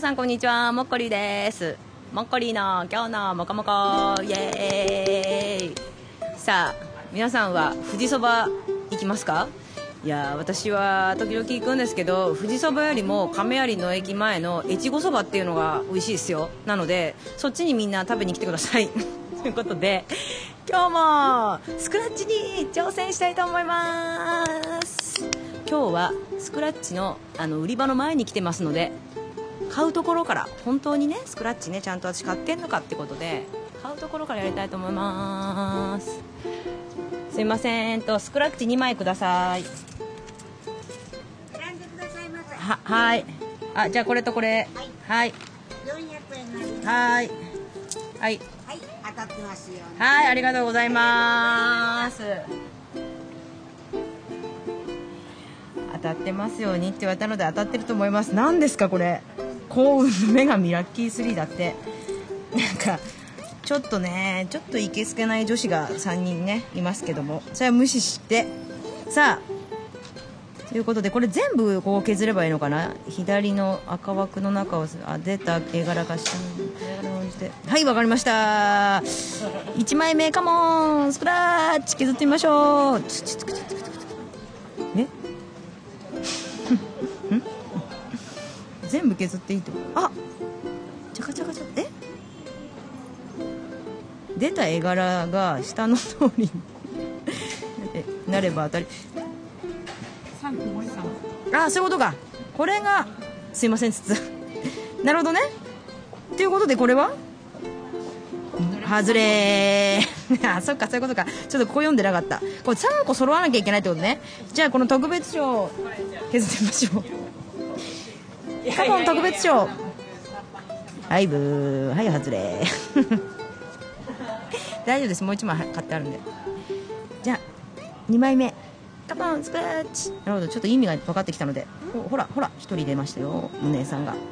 皆さんこんにちは、もっこりです。もっこりの今日のもこもこイエーイ。さあ皆さんは富士そば行きますか？いや私は時々行くんですけど、富士そばよりも亀有の駅前の越後そばっていうのが美味しいですよ。なのでそっちにみんな食べに来てくださいということで今日もスクラッチに挑戦したいと思います。今日はスクラッチの売り場の前に来てますので、買うところから本当にねスクラッチねちゃんと私買ってんのかってことで買うところからやりたいと思います。すいませんスクラッチ2枚ください。 選んでくださいませ。 はい。じゃあこれとこれ。はい。 400円になります。 はい。はい。 はい、当たってますよ、ね。 はい、ありがとうございます。当たってますようにって言われたので当たってると思います。何ですかこれ？幸運の女神ラッキー3だって。なんかちょっといけすけない女子が3人ねいますけども、それは無視してさあということで、これ全部こう削ればいいのかな。左の赤枠の中を出た絵柄が下のはい、わかりました。1枚目カモンスクラッチ削ってみましょう。え全部削っていいと。チャカチャカチャ出た絵柄が下の通りになれば当たり。そういうことか。これがすいませんなるほどね。っていうことでこれは外れーそっかそういうことか。ちょっとここ読んでなかった。これ3個揃わなきゃいけないってことね。じゃあこの特別賞削ってみましょうカモン特別賞。はいブー、はい外れ大丈夫です。もう1枚買ってあるんで。じゃあ2枚目カモンスクラッチ。なるほど、ちょっと意味が分かってきたので、ほら1人出ましたよ、お姉さんが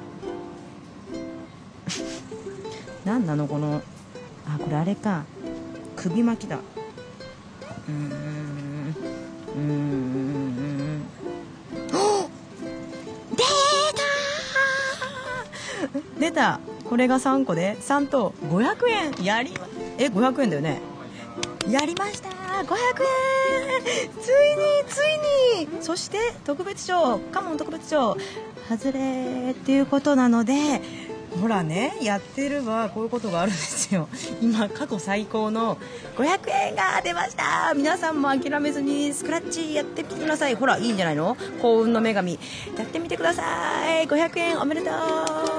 何なのこのこれあれか、首巻きだ。出た。これが3個で3等500円。500円だよね。やりました500円。ついにそして特別賞カモン特別賞外れっていうことなので、ほらねやってればこういうことがあるんですよ。今過去最高の500円が出ました。皆さんも諦めずにスクラッチやってみてください。ほらいいんじゃないの、幸運の女神やってみてください。500円おめでとう。